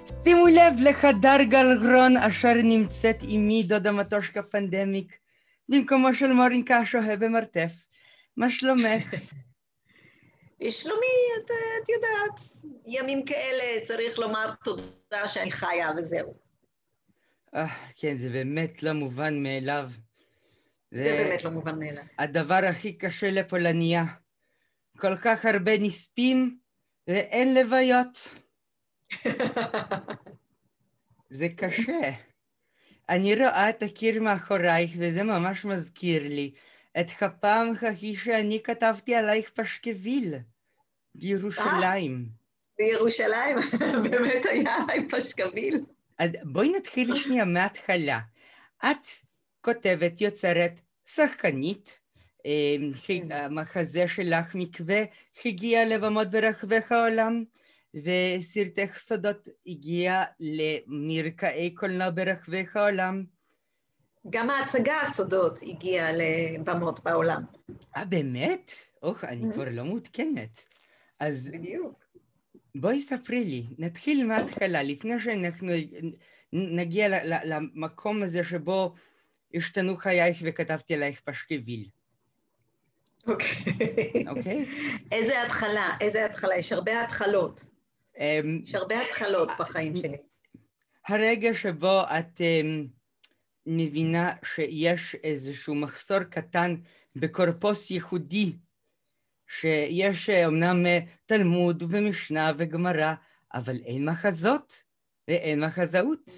שימו לב לחדר גלגרון אשר נמצאת עימי דודה מטושקה פנדמיק, במקומו של מורינקה השוהה במרתף. מה שלומך? שלומי, את יודעת, ימים כאלה צריך לומר תודה שאני חיה וזהו. כן, זה באמת לא מובן מאליו. זה באמת לא מובן מאליו. הדבר הכי קשה לפולניה. כל כך הרבה נספים ואין לוויות. זה קשה. אני רואה את הקיר מאחורייך וזה ממש מזכיר לי את הפעם ההיא שאני כתבתי עלייך פשקוויל בירושלים. בירושלים באמת היה עליי פשקוויל. בואי נתחיל שנייה מההתחלה. את כותבת, יוצרת, שחקנית, המחזה שלך מקווה הגיע לבמות ברחבי העולם, וסרטך סודות הגיע למרקעי קולנוע ברחבי העולם. גם ההצגה הסודות הגיעה לבמות בעולם. באמת? אני כבר לא מעודכנת. אז בדיוק. בואי ספרי לי, נתחיל מההתחלה, לפני שאנחנו נגיע למקום הזה שבו השתנו חייך וכתבתי עלייך פשקוויל. אוקיי. איזה התחלה? יש הרבה התחלות. יש הרבה התחלות בחיים שלי. הרגע שבו את מבינה שיש איזשהו מחסור קטן בקורפוס ייחודי, שיש אומנם תלמוד ומשנה וגמרא, אבל אין מחזות ואין מחזאות.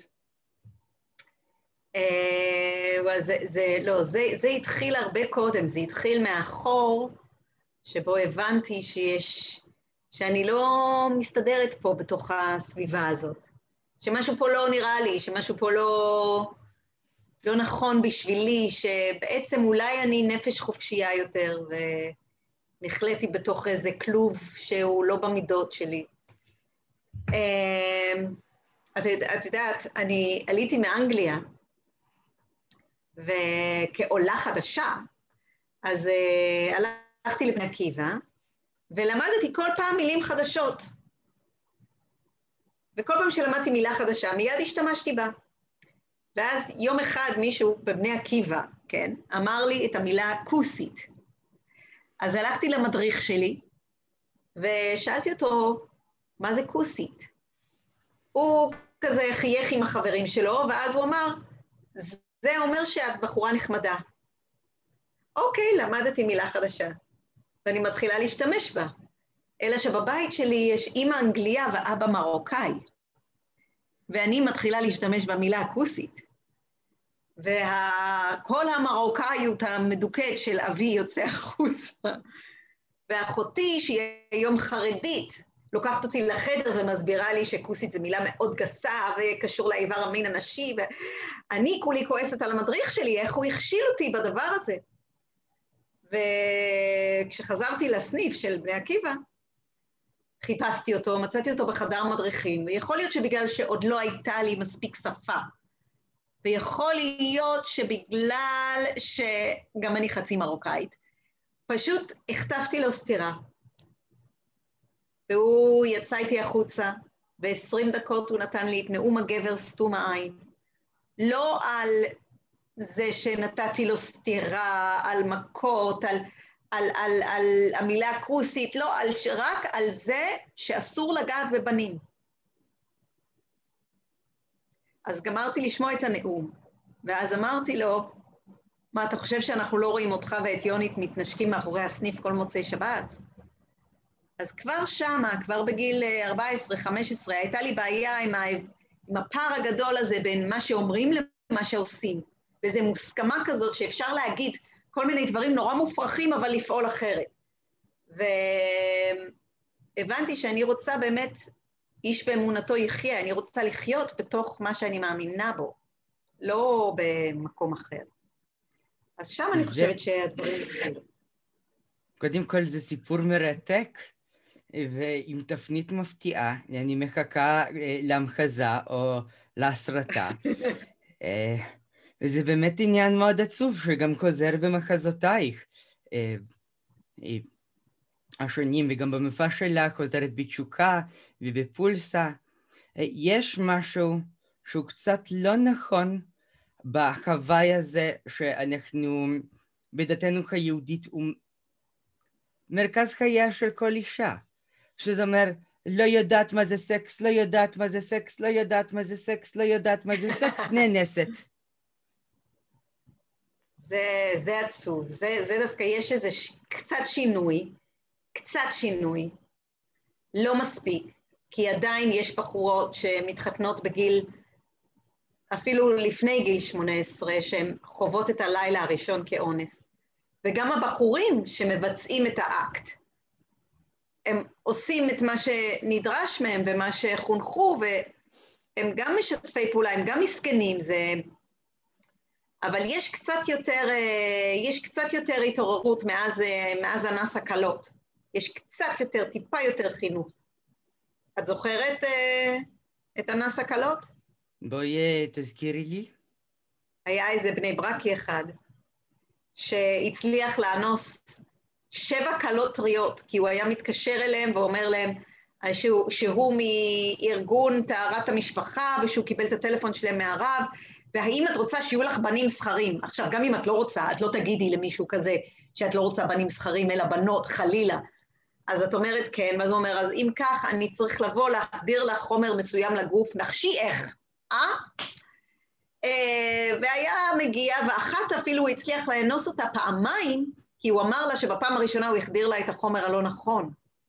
זה התחיל הרבה קודם, זה התחיל מאחור, שבו הבנתי שאני לא מסתדרת פה בתוך הסביבה הזאת, שמשהו פה לא נראה לי, שמשהו פה לא נכון בשבילי, שבעצם אולי אני נפש חופשייה יותר, ונחלטי בתוך איזה כלוב שהוא לא במידות שלי. את יודעת, אני עליתי מאנגליה, וכעולה חדשה, אז הלכתי לבני עקיבא, ולמדתי כל פעם מילים חדשות. וכל פעם שלמדתי מילה חדשה, מיד השתמשתי בה. ואז יום אחד מישהו בבני עקיבא, כן, אמר לי את המילה כוסית. אז הלכתי למדריך שלי, ושאלתי אותו, מה זה כוסית? הוא כזה חייך עם החברים שלו, ואז הוא אמר, זה אומר שאת בחורה נחמדה. אוקיי, למדתי מילה חדשה, ואני מתחילה להשתמש בה. אלא שבבית שלי יש אמא אנגליה ואבא מרוקאי, ואני מתחילה להשתמש במילה הכוסית. וכל המרוקאיות המדוכאת של אבי יוצא החוצה. ואחותי, שהיא היום חרדית, לוקחת אותי לחדר ומסבירה לי שכוסית זו מילה מאוד גסה וקשור לאיבר המין הנשי, ואני כולי כועסת על המדריך שלי, איך הוא הכשיל אותי בדבר הזה. וכשחזרתי לסניף של בני עקיבא, חיפשתי אותו, מצאתי אותו בחדר מדריכים, ויכול להיות שבגלל שעוד לא הייתה לי מספיק שפה, ויכול להיות שבגלל שגם אני חצי מרוקאית, פשוט הכתבתי לו סתירה, והוא יצא איתי החוצה, ו20 דקות הוא נתן לי את נאום הגבר סתום העין, לא על זה שנתתי לו סתירה, על מכות, על המילה הכוסית, לא, רק על זה שאסור לגעת בבנים. אז גמרתי לשמוע את הנאום, ואז אמרתי לו, מה, אתה חושב שאנחנו לא רואים אותך ואת יונית מתנשקים מאחורי הסניף כל מוצאי שבת? אז כבר שמה, כבר בגיל 14-15, הייתה לי בעיה עם הפער הגדול הזה בין מה שאומרים למה שעושים, וזו מוסכמה כזאת שאפשר להגיד כל מיני דברים נורא מופרכים, אבל לפעול אחרת. והבנתי שאני רוצה באמת, איש באמונתו יחיה, אני רוצה לחיות בתוך מה שאני מאמינה בו, לא במקום אחר. אז שם אני חושבת שהדברים התחילו. קודם כל זה סיפור מרתק, ועם תפנית מפתיעה, אני מחכה להמחזה או להסרטה. וזה באמת עניין מאוד עצוב שגם חוזר במחזותייך השונים, וגם במופע שלה חוזרת בתשוקה ובפולסה. יש משהו שהוא קצת לא נכון בחוואי הזה שאנחנו בדתנו היהודית הוא מרכז חייה של כל אישה, שזה אומר לא יודעת מה זה סקס, לא יודעת מה זה סקס, לא יודעת מה זה סקס, לא יודעת מה זה סקס, נאנסת. זה עצוב, זה דווקא יש איזה קצת שינוי, לא מספיק, כי עדיין יש בחורות שמתחתנות בגיל, אפילו לפני גיל 18, שהן חוות את הלילה הראשון כאונס. וגם הבחורים שמבצעים את האקט, הם עושים את מה שנדרש מהם ומה שחונכו, והם גם משתפי פעולה, הם גם מסכנים, אבל יש קצת יותר התעוררות מאז אנס הקלות. יש קצת יותר, טיפה יותר חינוך. את זוכרת את אנס הקלות? בואי תזכירי לי. היה איזה בני ברקי אחד, שהצליח לאנוס 7 כלות טריות, כי הוא היה מתקשר אליהם ואומר להם שהוא מארגון טהרת המשפחה, ושהוא קיבל את הטלפון שלהם מהרב, והאם את רוצה שיהיו לך בנים זכרים? עכשיו, גם אם את לא רוצה, את לא תגידי למישהו כזה שאת לא רוצה בנים זכרים, אלא בנות, חלילה. אז את אומרת כן, ואז הוא אומר, אז אם כך, אני צריך לבוא להחדיר לך חומר מסוים לגוף, נחשי איך, והיה מגיע, ואחת אפילו הוא הצליח לאנוס אותה פעמיים, כי הוא אמר לה שבפעם הראשונה הוא החדיר לה את החומר הלא נכון.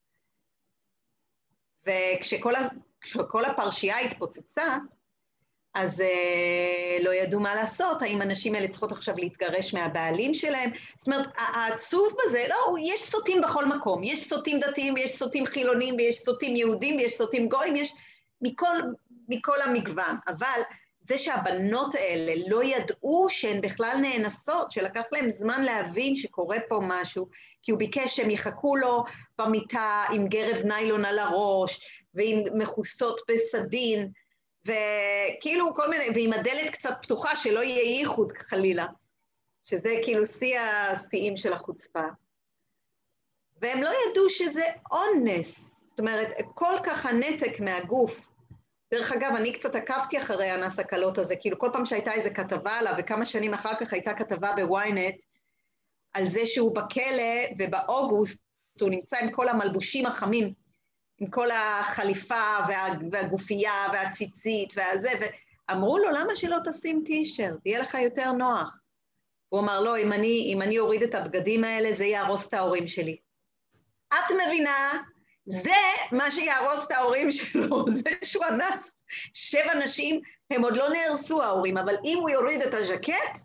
וכשכל הפרשייה התפוצצה, אז לא ידעו מה לעשות, האם הנשים האלה צריכות עכשיו להתגרש מהבעלים שלהם. זאת אומרת, העצוב בזה, לא, יש סוטים בכל מקום, יש סוטים דתיים, יש סוטים חילונים, ויש סוטים יהודים, ויש סוטים גויים, יש מכל המגוון. אבל זה שהבנות האלה לא ידעו שהן בכלל נאנסות, שלקח להם זמן להבין שקורה פה משהו, כי הוא ביקש שהם יחכו לו במיטה עם גרב ניילון על הראש, ועם מכוסות בסדין, וכאילו כל מיני, ועם הדלת קצת פתוחה, שלא יהיה ייחוד חלילה, שזה כאילו שיא השיאים של החוצפה. והם לא ידעו שזה אונס, זאת אומרת, כל כך הנתק מהגוף. דרך אגב, אני קצת עקבתי אחרי אנס הקלות הזה, כאילו כל פעם שהייתה איזו כתבה עליו, וכמה שנים אחר כך הייתה כתבה בוויינט, על זה שהוא בכלא, ובאוגוסט הוא נמצא עם כל המלבושים החמים, עם כל החליפה והגופייה והציצית והזה, ואמרו לו, למה שלא תשים טישרט? תהיה לך יותר נוח. הוא אמר, לא, אם אני אוריד את הבגדים האלה, זה יהרוס את ההורים שלי. את מבינה? זה מה שיהרוס את ההורים שלו, זה שהוא אנס 7 נשים, הם עוד לא נהרסו ההורים, אבל אם הוא יוריד את הז'קט,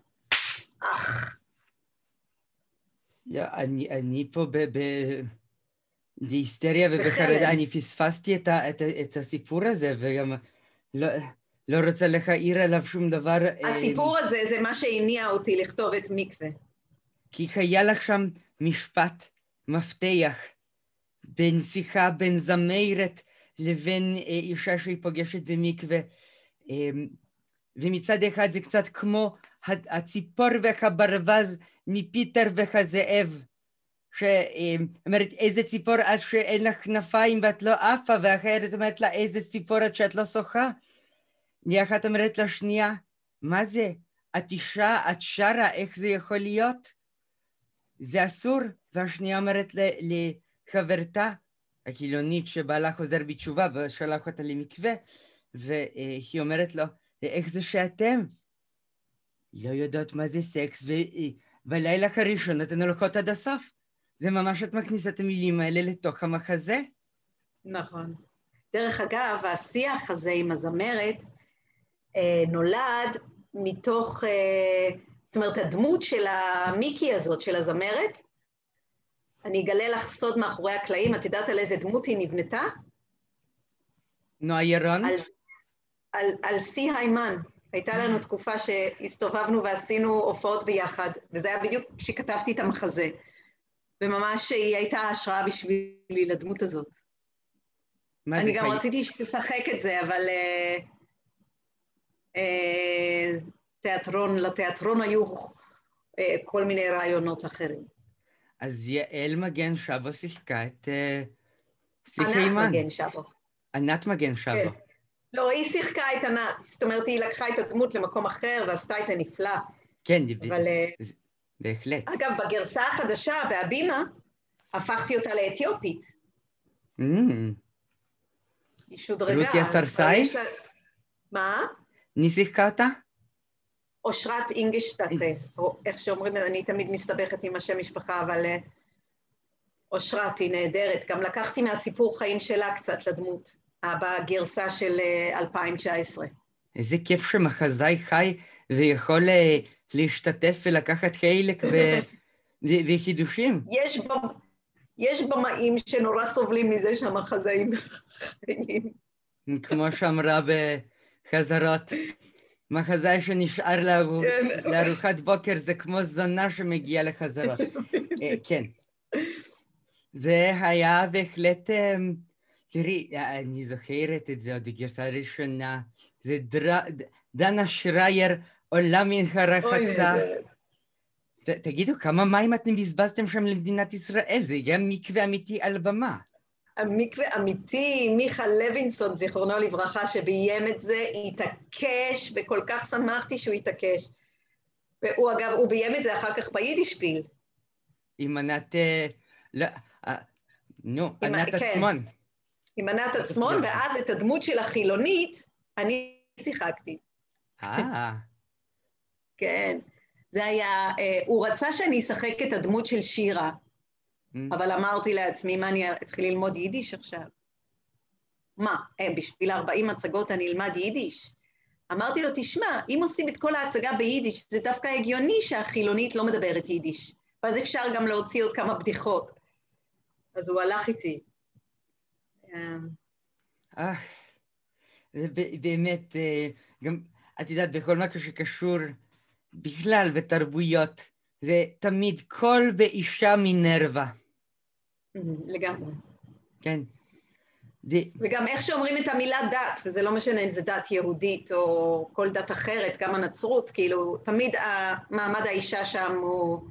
אני פה בהיסטריה ובחרדה, אני פספסתי את הסיפור הזה, וגם לא רוצה להעיר עליו שום דבר. הסיפור הזה זה מה שהניע אותי לכתוב את מקווה. כי היה לך שם משפט מפתח, בין שיחה, בין זמרת, לבין אישה שהיא פוגשת במקווה. ומצד אחד זה קצת כמו הציפור והברווז מפיטר והזאב, שאומרת איזה ציפור עד שאין לך כנפיים ואת לא עפה, ואחרת אומרת לה איזה ציפור עד שאת לא שוחה. ואחת אומרת לשנייה, מה זה? את אישה, את שרה, איך זה יכול להיות? זה אסור. והשנייה אומרת לחברתה, החילונית שבעלה חוזר בתשובה ושלח אותה למקווה, והיא אומרת לו, איך זה שאתם לא יודעות מה זה סקס, ובלילה הראשון אתן הולכות עד הסוף. זה ממש את מכניסה את המילים האלה לתוך המחזה. נכון. דרך אגב, השיח הזה עם הזמרת נולד מתוך, זאת אומרת, הדמות של המיקי הזאת, של הזמרת, אני אגלה לך סוד מאחורי הקלעים, את יודעת על איזה דמות היא נבנתה? נועה ירון? על סי היימן. הייתה לנו תקופה שהסתובבנו ועשינו הופעות ביחד, וזה היה בדיוק כשכתבתי את המחזה. וממש היא הייתה השראה בשבילי לדמות הזאת. אני גם רציתי שתשחק את זה, אבל לתיאטרון היו כל מיני רעיונות אחרים. אז יעל מגן שבו שיחקה את סי היימן. ענת מגן שבו. ענת מגן שבו. לא, היא שיחקה את הנאץ, זאת אומרת, היא לקחה את הדמות למקום אחר ועשתה את זה נפלא. כן, אבל, בהחלט. אגב, בגרסה החדשה, בהבימה, הפכתי אותה לאתיופית. היא שודרגה. רותי הסרסאי? מה? מי שיחקה אותה? אושרת אינגשטאטה, או איך שאומרים, אני תמיד מסתבכת עם השם משפחה, אבל אושרת היא נהדרת. גם לקחתי מהסיפור חיים שלה קצת לדמות, בגרסה של 2019. איזה כיף שמחזאי חי ויכול להשתתף ולקחת חלק בחידושים. יש במאים שנורא סובלים מזה שהמחזאים חיים. כמו שאמרה בחזרות, מחזאי שנשאר לארוחת בוקר זה כמו זונה שמגיעה לחזרות. כן. זה היה בהחלט, תראי, אני זוכרת את זה עוד בגרסה הראשונה, זה דנה שרייר עולה מן הרחצה. תגידו, כמה מים אתם בזבזתם שם למדינת ישראל? זה גם מקווה אמיתי על במה. המקווה אמיתי, מיכה לוינסון, זיכרונו לברכה, שביים את זה, התעקש, וכל כך שמחתי שהוא התעקש. והוא, אגב, הוא ביים את זה אחר כך ביידישפיל. עם ענת, ענת עצמון. עם ענת עצמון, ואז את הדמות של החילונית, אני שיחקתי. כן. זה היה, הוא רצה שאני אשחק את הדמות של שירה, אבל אמרתי לעצמי, מה, אני אתחיל ללמוד יידיש עכשיו? מה, בשביל 40 הצגות אני אלמד יידיש? אמרתי לו, תשמע, אם עושים את כל ההצגה ביידיש, זה דווקא הגיוני שהחילונית לא מדברת יידיש, ואז אפשר גם להוציא עוד כמה בדיחות. אז הוא הלך איתי. זה באמת, גם, את יודעת, בכל מה שקשור בכלל בתרבויות, זה תמיד קול באישה מנרבה. לגמרי. כן. וגם איך שאומרים את המילה דת, וזה לא משנה אם זה דת יהודית או כל דת אחרת, גם הנצרות, כאילו, תמיד מעמד האישה שם הוא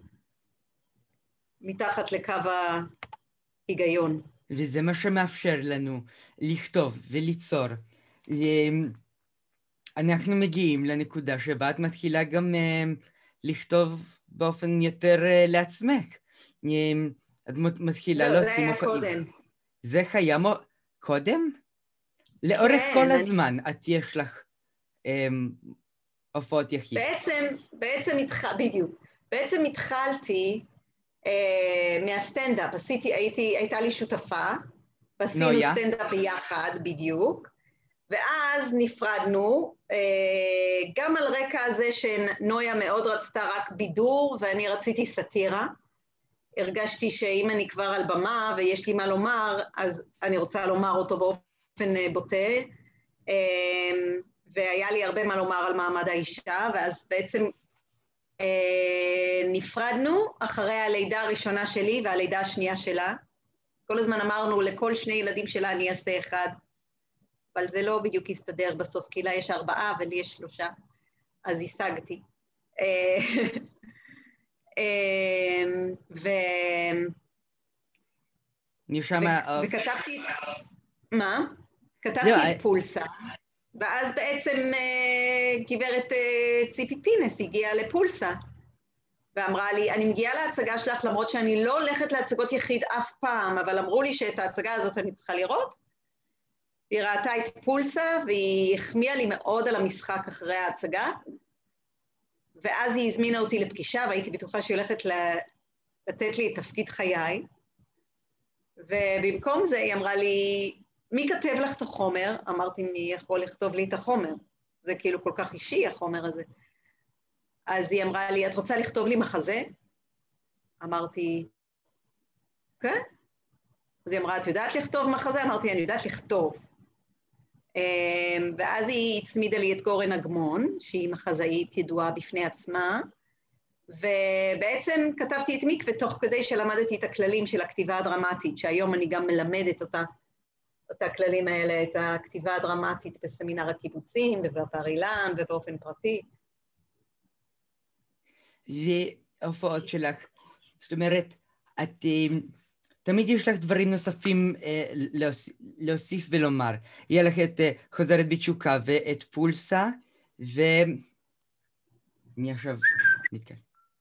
מתחת לקו ההיגיון. וזה מה שמאפשר לנו לכתוב וליצור. אנחנו מגיעים לנקודה שבה את מתחילה גם לכתוב באופן יותר לעצמך. את מתחילה לא, זה היה קודם. זה היה קודם? לאורך כל הזמן את יש לך הופעות יחיד. בעצם התחלתי מהסטנדאפ, הייתה לי שותפה, ועשינו סטנדאפ ביחד בדיוק, ואז נפרדנו, גם על רקע הזה שנויה מאוד רצתה רק בידור, ואני רציתי סאטירה. הרגשתי שאם אני כבר על במה ויש לי מה לומר, אז אני רוצה לומר אותו באופן בוטה, והיה לי הרבה מה לומר על מעמד האישה, ואז בעצם נפרדנו אחרי הלידה הראשונה שלי והלידה השנייה שלה. כל הזמן אמרנו לכל 2 ילדים שלה אני אעשה אחד, אבל זה לא בדיוק הסתדר בסוף, כי לה יש 4 ולי יש 3, אז השגתי. וכתבתי, מה? כתבתי את פולסה, ואז בעצם גברת ציפי פינס הגיעה לפולסה, ואמרה לי, אני מגיעה להצגה שלך, למרות שאני לא הולכת להצגות יחיד אף פעם, אבל אמרו לי שאת ההצגה הזאת אני צריכה לראות. היא ראתה את פולסה, והיא החמיאה לי מאוד על המשחק אחרי ההצגה, ואז היא הזמינה אותי לפגישה, והייתי בטוחה שהיא הולכת לתת לי את תפקיד חיי, ובמקום זה היא אמרה לי, מי כתב לך את החומר? אמרתי, מי יכול לכתוב לי את החומר? זה כאילו כל כך אישי, החומר הזה. אז היא אמרה לי, את רוצה לכתוב לי מחזה? אמרתי, כן. אז היא אמרה, את יודעת לכתוב מחזה? אמרתי, אני יודעת לכתוב. ואז היא הצמידה לי את גורן אגמון, שהיא מחזאית ידועה בפני עצמה, ובעצם כתבתי את מקווה תוך כדי שלמדתי את הכללים של הכתיבה הדרמטית, שהיום אני גם מלמדת את הכללים האלה, את הכתיבה הדרמטית בסמינר הקיבוצים, ובבר אילן, ובאופן פרטי. וההופעות שלך, זאת אומרת, את תמיד יש לך דברים נוספים להוסיף ולומר. יהיה לך את חוזרת בתשוקה ואת פולסה, מי עכשיו מתקל?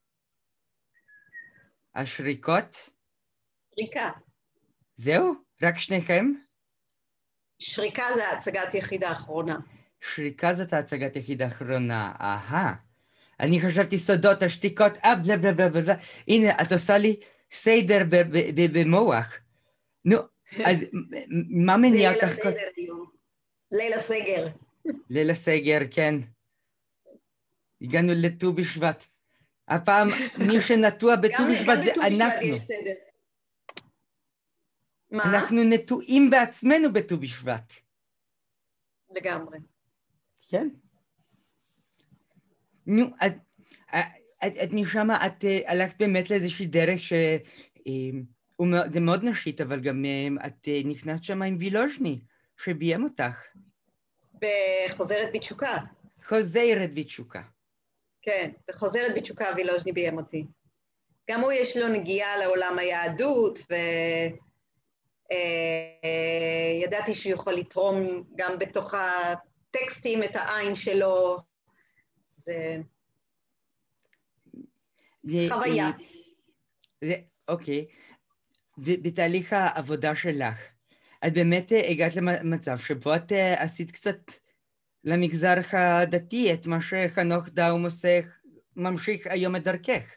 השריקות? שריקה. זהו? רק שניכם? שריקה זה ההצגת יחיד האחרונה. שריקה זאת ההצגת יחיד האחרונה, אהה. אני חשבתי סודות, השתיקות, בלה בלה בלה בלה. הנה, את עושה לי סדר במוח. נו, אז מה מניע אותך? זה ליל הסדר היום. ליל הסגר. ליל הסגר, כן. הגענו לט"ו בשבט. הפעם מי שנטוע בט"ו בשבט זה אנחנו. גם בט"ו בשבט יש סדר. מה? אנחנו נטועים בעצמנו בט"ו בשבט. לגמרי. כן. נו, את משם, את הלכת באמת לאיזושהי דרך זה מאוד נשית, אבל גם את נכנסת שם עם וילוז'ני, שביים אותך. בחוזרת בתשוקה. חוזרת בתשוקה. כן, בחוזרת בתשוקה וילוז'ני ביים אותי. גם הוא יש לו נגיעה לעולם היהדות, וידעתי שהוא יכול לתרום גם בתוך הטקסטים את העין שלו. זה חוויה. אוקיי. ובתהליך העבודה שלך, את באמת הגעת למצב שבו את עשית קצת למגזר הדתי את מה שחנוך דאום עושה, ממשיך היום את דרכך.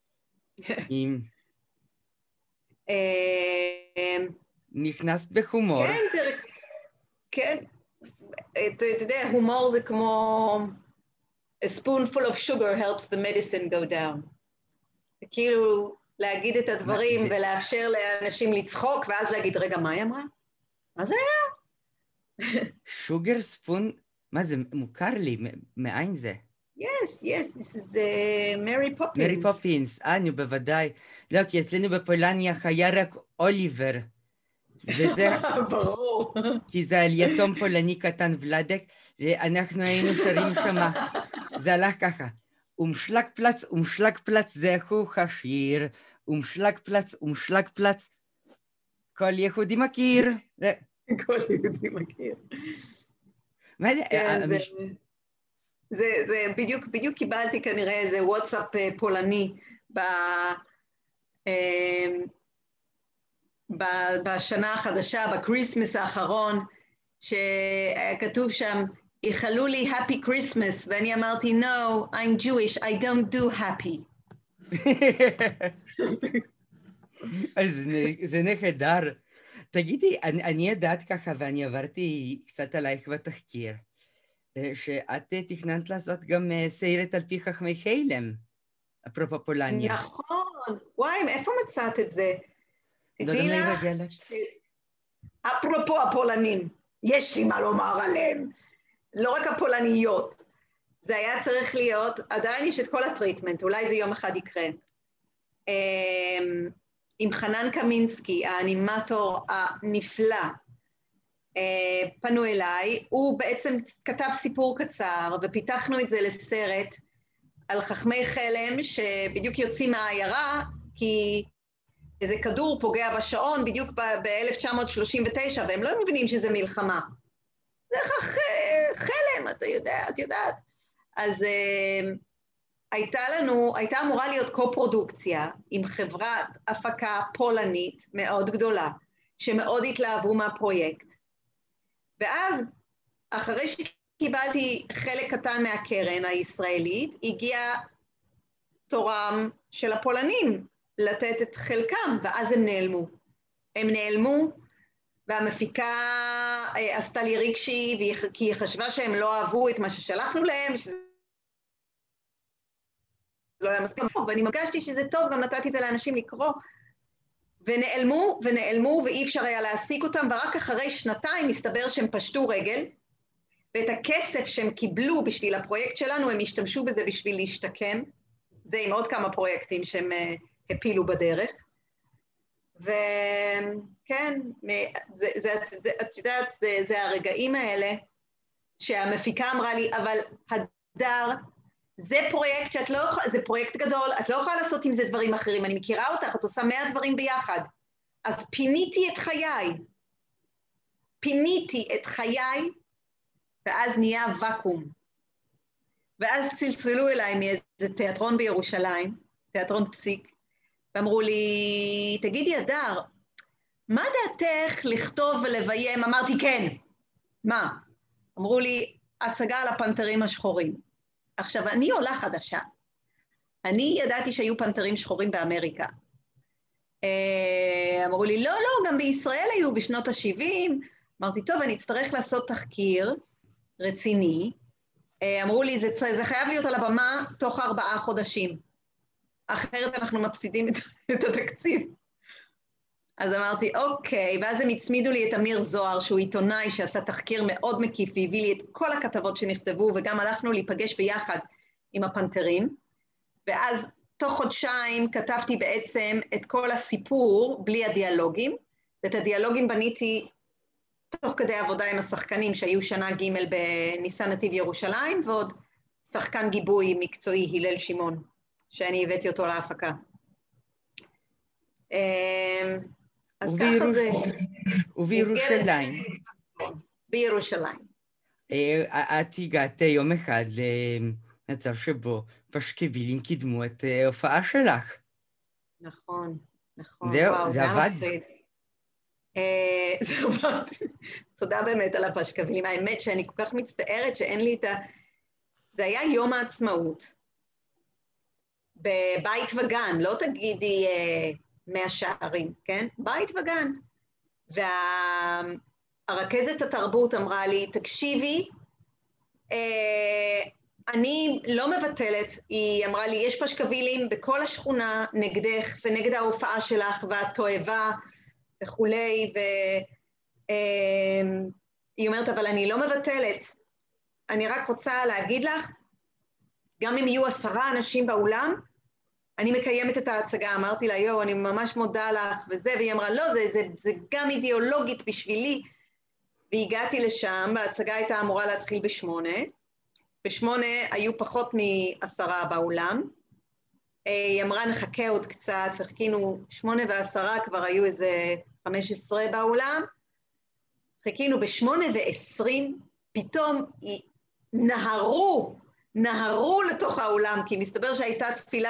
נכנסת בהומור. כן, כן. אתה יודע, הומור זה כמו a spoonful of sugar helps the medicine go down. כאילו להגיד את הדברים ולאפשר לאנשים לצחוק, ואז להגיד, רגע, מה היא אמרה? מה זה היה? שוגר ספון, מה זה מוכר לי, מאין זה? Yes, this is Mary Poppins. מרי פופינס, נו, בוודאי. לא, כי אצלנו בפולניה היה רק אוליבר. וזה... ברור. כי זה על יתום פולני קטן ולדק, ואנחנו היינו שרים שמה. זה הלך ככה. אומשלג פלץ, זהו השיר. אומשלג פלץ. כל יהודי מכיר. כל יהודי מכיר. מה זה? זה בדיוק קיבלתי כנראה איזה וואטסאפ פולני בשנה החדשה, בקריסמס האחרון, שהיה כתוב שם, יחלו לי Happy Christmas, ואני אמרתי, No, I'm Jewish, I don't do happy. אז זה נהדר. תגידי, אני ידעת ככה, ואני עברתי קצת עלייך בתחקיר, שאת תכננת לעשות גם סיירת על פי חכמי חילם, אפרופו פולניה. נכון, וואי, איפה מצאת את זה? לא דמי רגלת. אפרופו הפולנים, יש לי מה לומר עליהם. לא רק הפולניות. זה היה צריך להיות, עדיין יש את כל הטריטמנט, אולי זה יום אחד יקרה. עם חנן קמינסקי, האנימטור הנפלא, פנו אליי, הוא בעצם כתב סיפור קצר, ופיתחנו את זה לסרט על חכמי חלם, שבדיוק יוצאים מהעיירה, כי איזה כדור פוגע בשעון בדיוק ב-1939, והם לא מבינים שזה מלחמה. זה חלם, את יודעת. אז הייתה אמורה להיות קו-פרודוקציה עם חברת הפקה פולנית מאוד גדולה, שמאוד התלהבו מהפרויקט. ואז, אחרי שקיבלתי חלק קטן מהקרן הישראלית, הגיע תורם של הפולנים לתת את חלקם, ואז הם נעלמו, והמפיקה עשתה לי רגשי, כי היא חשבה שהם לא אהבו את מה ששלחנו להם, שזה לא היה מספיק טוב, ואני מרגשתי שזה טוב, גם נתתי את זה לאנשים לקרוא, ונעלמו, ואי אפשר היה להשיג אותם, ורק אחרי שנתיים מסתבר שהם פשטו רגל, ואת הכסף שהם קיבלו בשביל הפרויקט שלנו, הם השתמשו בזה בשביל להשתקם, זה עם עוד כמה פרויקטים שהם הפילו בדרך, וכן, את יודעת, זה הרגעים האלה, שהמפיקה אמרה לי, אבל הדר, זה פרויקט שאת לא יכולה, זה פרויקט גדול, את לא יכולה לעשות עם זה דברים אחרים, אני מכירה אותך, את עושה 100 דברים ביחד, אז פיניתי את חיי. פיניתי את חיי, ואז נהיה וקום. ואז צלצלו אליי מאיזה תיאטרון בירושלים, תיאטרון פסיק, ואמרו לי, תגידי, הדר, מה דעתך לכתוב ולביים? אמרתי, כן. מה? אמרו לי, הצגה על הפנתרים השחורים. עכשיו, אני עולה חדשה. אני ידעתי שהיו פנתרים שחורים באמריקה. אמרו לי, לא, לא, גם בישראל היו בשנות ה-70. אמרתי, טוב, אני אצטרך לעשות תחקיר רציני. אמרו לי, זה חייב להיות על הבמה תוך 4 חודשים. אחרת אנחנו מפסידים את התקציב. אז אמרתי, אוקיי, ואז הם הצמידו לי את אמיר זוהר, שהוא עיתונאי שעשה תחקיר מאוד מקיף, והביא לי את כל הכתבות שנכתבו, וגם הלכנו להיפגש ביחד עם הפנתרים, ואז תוך חודשיים כתבתי בעצם את כל הסיפור בלי הדיאלוגים, ואת הדיאלוגים בניתי תוך כדי עבודה עם השחקנים שהיו שנה ג' בניסן נתיב ירושלים, ועוד שחקן גיבוי מקצועי, הלל שמעון, שאני הבאתי אותו להפקה. אז ככה זה... ובירושלים. בירושלים. את הגעת יום אחד למצב שבו פשקווילים קידמו את ההופעה שלך. נכון, נכון. זהו, זה עבד. זה עבד. תודה באמת על הפשקווילים. האמת שאני כל כך מצטערת שאין לי את ה... זה היה יום העצמאות. בבית וגן, לא תגידי 100 שערים, כן? בית וגן. והרכזת התרבות אמרה לי, תקשיבי, אני לא מבטלת, היא אמרה לי, יש פשקווילים בכל השכונה נגדך ונגד ההופעה שלך, ואת תועבה וכולי, והיא אומרת, אבל אני לא מבטלת. אני רק רוצה להגיד לך, גם אם יהיו 10 אנשים באולם, אני מקיימת את ההצגה. אמרתי לה, יו, אני ממש מודה לך וזה, והיא אמרה, לא, זה גם אידיאולוגית בשבילי. והגעתי לשם, וההצגה הייתה אמורה להתחיל ב8. ב8 היו פחות מ10 באולם. היא אמרה, נחכה עוד קצת, וחיכינו 8:10, כבר היו איזה 15 באולם. חיכינו ב8:20, פתאום נהרו לתוך האולם, כי מסתבר שהייתה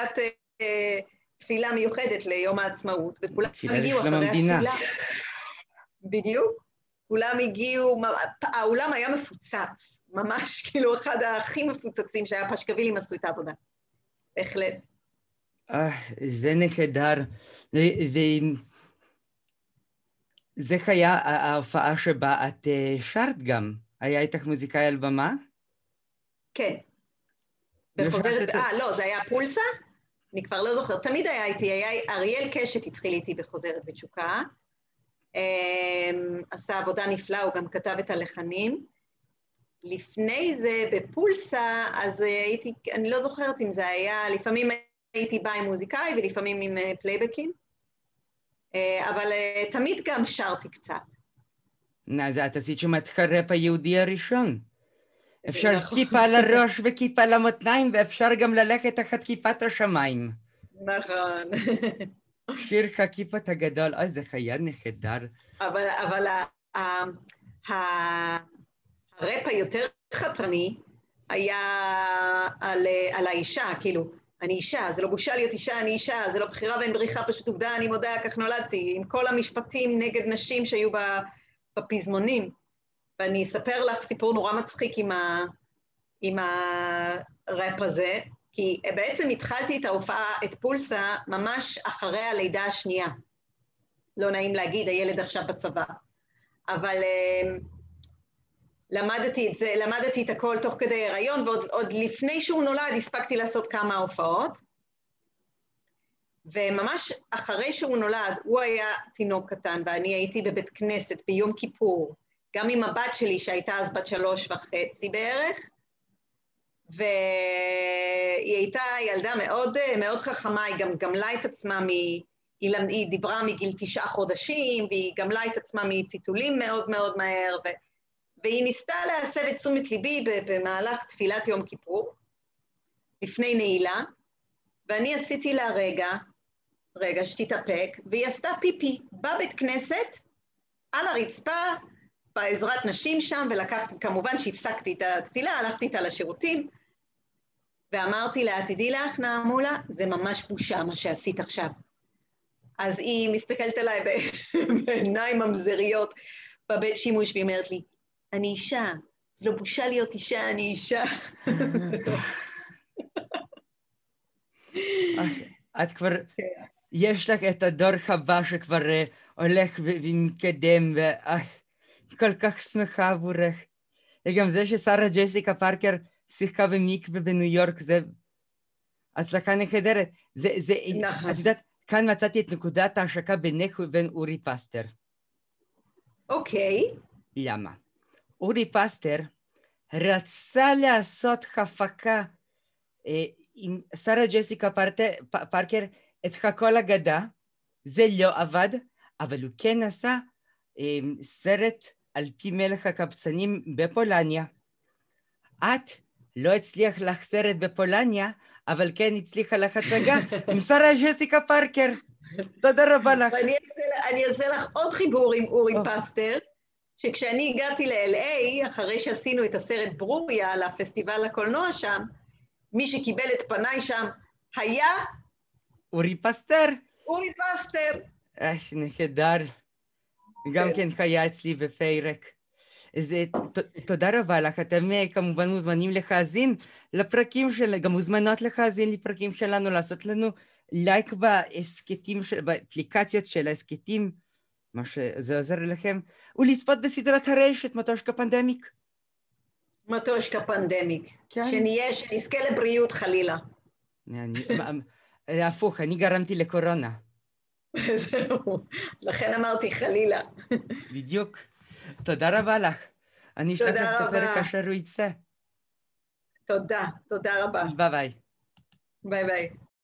תפילה מיוחדת ליום העצמאות, וכולם הגיעו אחרי התפילה. בדיוק. כולם הגיעו, האולם היה מפוצץ, ממש כאילו אחד הכי מפוצצים שהיה פשקווילים עשו את העבודה. בהחלט. זה נהדר. זה היה ההופעה שבה את שרת גם. היה איתך מוזיקאי על במה? כן. לא, זה היה פולסה? אני כבר לא זוכרת. תמיד היה איתי, אריאל קשת התחיל איתי בחוזרת בתשוקה. עשה עבודה נפלאה, הוא גם כתב את הלחנים. לפני זה, בפולסה, אז הייתי, אני לא זוכרת אם זה היה, לפעמים הייתי באה עם מוזיקאי ולפעמים עם פלייבקים, אבל תמיד גם שרתי קצת. אז את עשית שם את חרפ היהודי הראשון. אפשר כיפה על הראש וכיפה על המותניים, ואפשר גם ללכת תחת כיפת השמיים. נכון. שיר הכיפת הגדול, אוי, זה היה נהדר. אבל הרפ היותר חתרני היה על האישה, כאילו, אני אישה, זה לא בושה להיות אישה, אני אישה, זה לא בחירה ואין בריחה, פשוט עובדה, אני מודה, כך נולדתי, עם כל המשפטים נגד נשים שהיו בפזמונים. ואני אספר לך סיפור נורא מצחיק עם הרפ הזה, כי בעצם התחלתי את ההופעה, את פולסה, ממש אחרי הלידה השנייה. לא נעים להגיד, הילד עכשיו בצבא. אבל למדתי את הכל תוך כדי הריון, ועוד לפני שהוא נולד הספקתי לעשות כמה הופעות. וממש אחרי שהוא נולד, הוא היה תינוק קטן, ואני הייתי בבית כנסת ביום כיפור, גם עם הבת שלי שהייתה אז בת 3.5 בערך, והיא הייתה ילדה מאוד, מאוד חכמה, היא גם גמלה את עצמה, היא דיברה מגיל 9 חודשים, והיא גמלה את עצמה מטיטולים מאוד מאוד מהר, והיא ניסתה להסב את תשומת ליבי במהלך תפילת יום כיפור, לפני נעילה, ואני עשיתי לה רגע, רגע, שתתאפק, והיא עשתה פיפי בבית כנסת, על הרצפה, בעזרת נשים שם, ולקחתי, כמובן שהפסקתי את התפילה, הלכתי איתה לשירותים, ואמרתי לה, תדעי לך, נעמולה, זה ממש בושה מה שעשית עכשיו. אז היא מסתכלת עליי בעיניים ממזריות בבית שימוש, והיא אומרת לי, אני אישה, זה לא בושה להיות אישה, אני אישה. את כבר, יש לך את הדור הבא שכבר הולך ומתקדם, ואת כל כך שמחה עבורך. וגם זה ששרה ג'סיקה פארקר שיחקה במקווה בניו יורק, זה הצלחה נהדרת. את יודעת, כאן מצאתי את נקודת ההשקה בינך ובין אורי פסטר. אוקיי. למה? אורי פסטר רצה לעשות הפקה עם שרה ג'סיקה פארקר את הכל אגדה, זה לא עבד, אבל הוא כן עשה סרט על פי מלך הקבצנים בפולניה. את לא הצליח לך סרט בפולניה, אבל כן הצליחה לך הצגה עם שרה ג'סיקה פארקר. תודה רבה לך. אני אעשה לך עוד חיבור עם אורי פסטר, שכשאני הגעתי ל-LA, אחרי שעשינו את הסרט ברוריה על הפסטיבל הקולנוע שם, מי שקיבל את פניי שם היה... אורי פסטר. אורי פסטר. נהדר. גם כן היה אצלי בפיירק. תודה רבה לך, אתם כמובן מוזמנים להאזין לפרקים שלנו, גם מוזמנות להאזין לפרקים שלנו, לעשות לנו לייק באפליקציות של ההסקטים, מה שזה עוזר לכם, ולצפות בסדרת הרשת, מטושקה פנדמיק. מטושקה פנדמיק, שנזכה לבריאות חלילה. הפוך, אני גרמתי לקורונה. זהו, לכן אמרתי חלילה. בדיוק. תודה רבה לך. אני אשלח לך את הפרק כאשר הוא יצא. תודה, תודה רבה. ביי ביי. ביי ביי.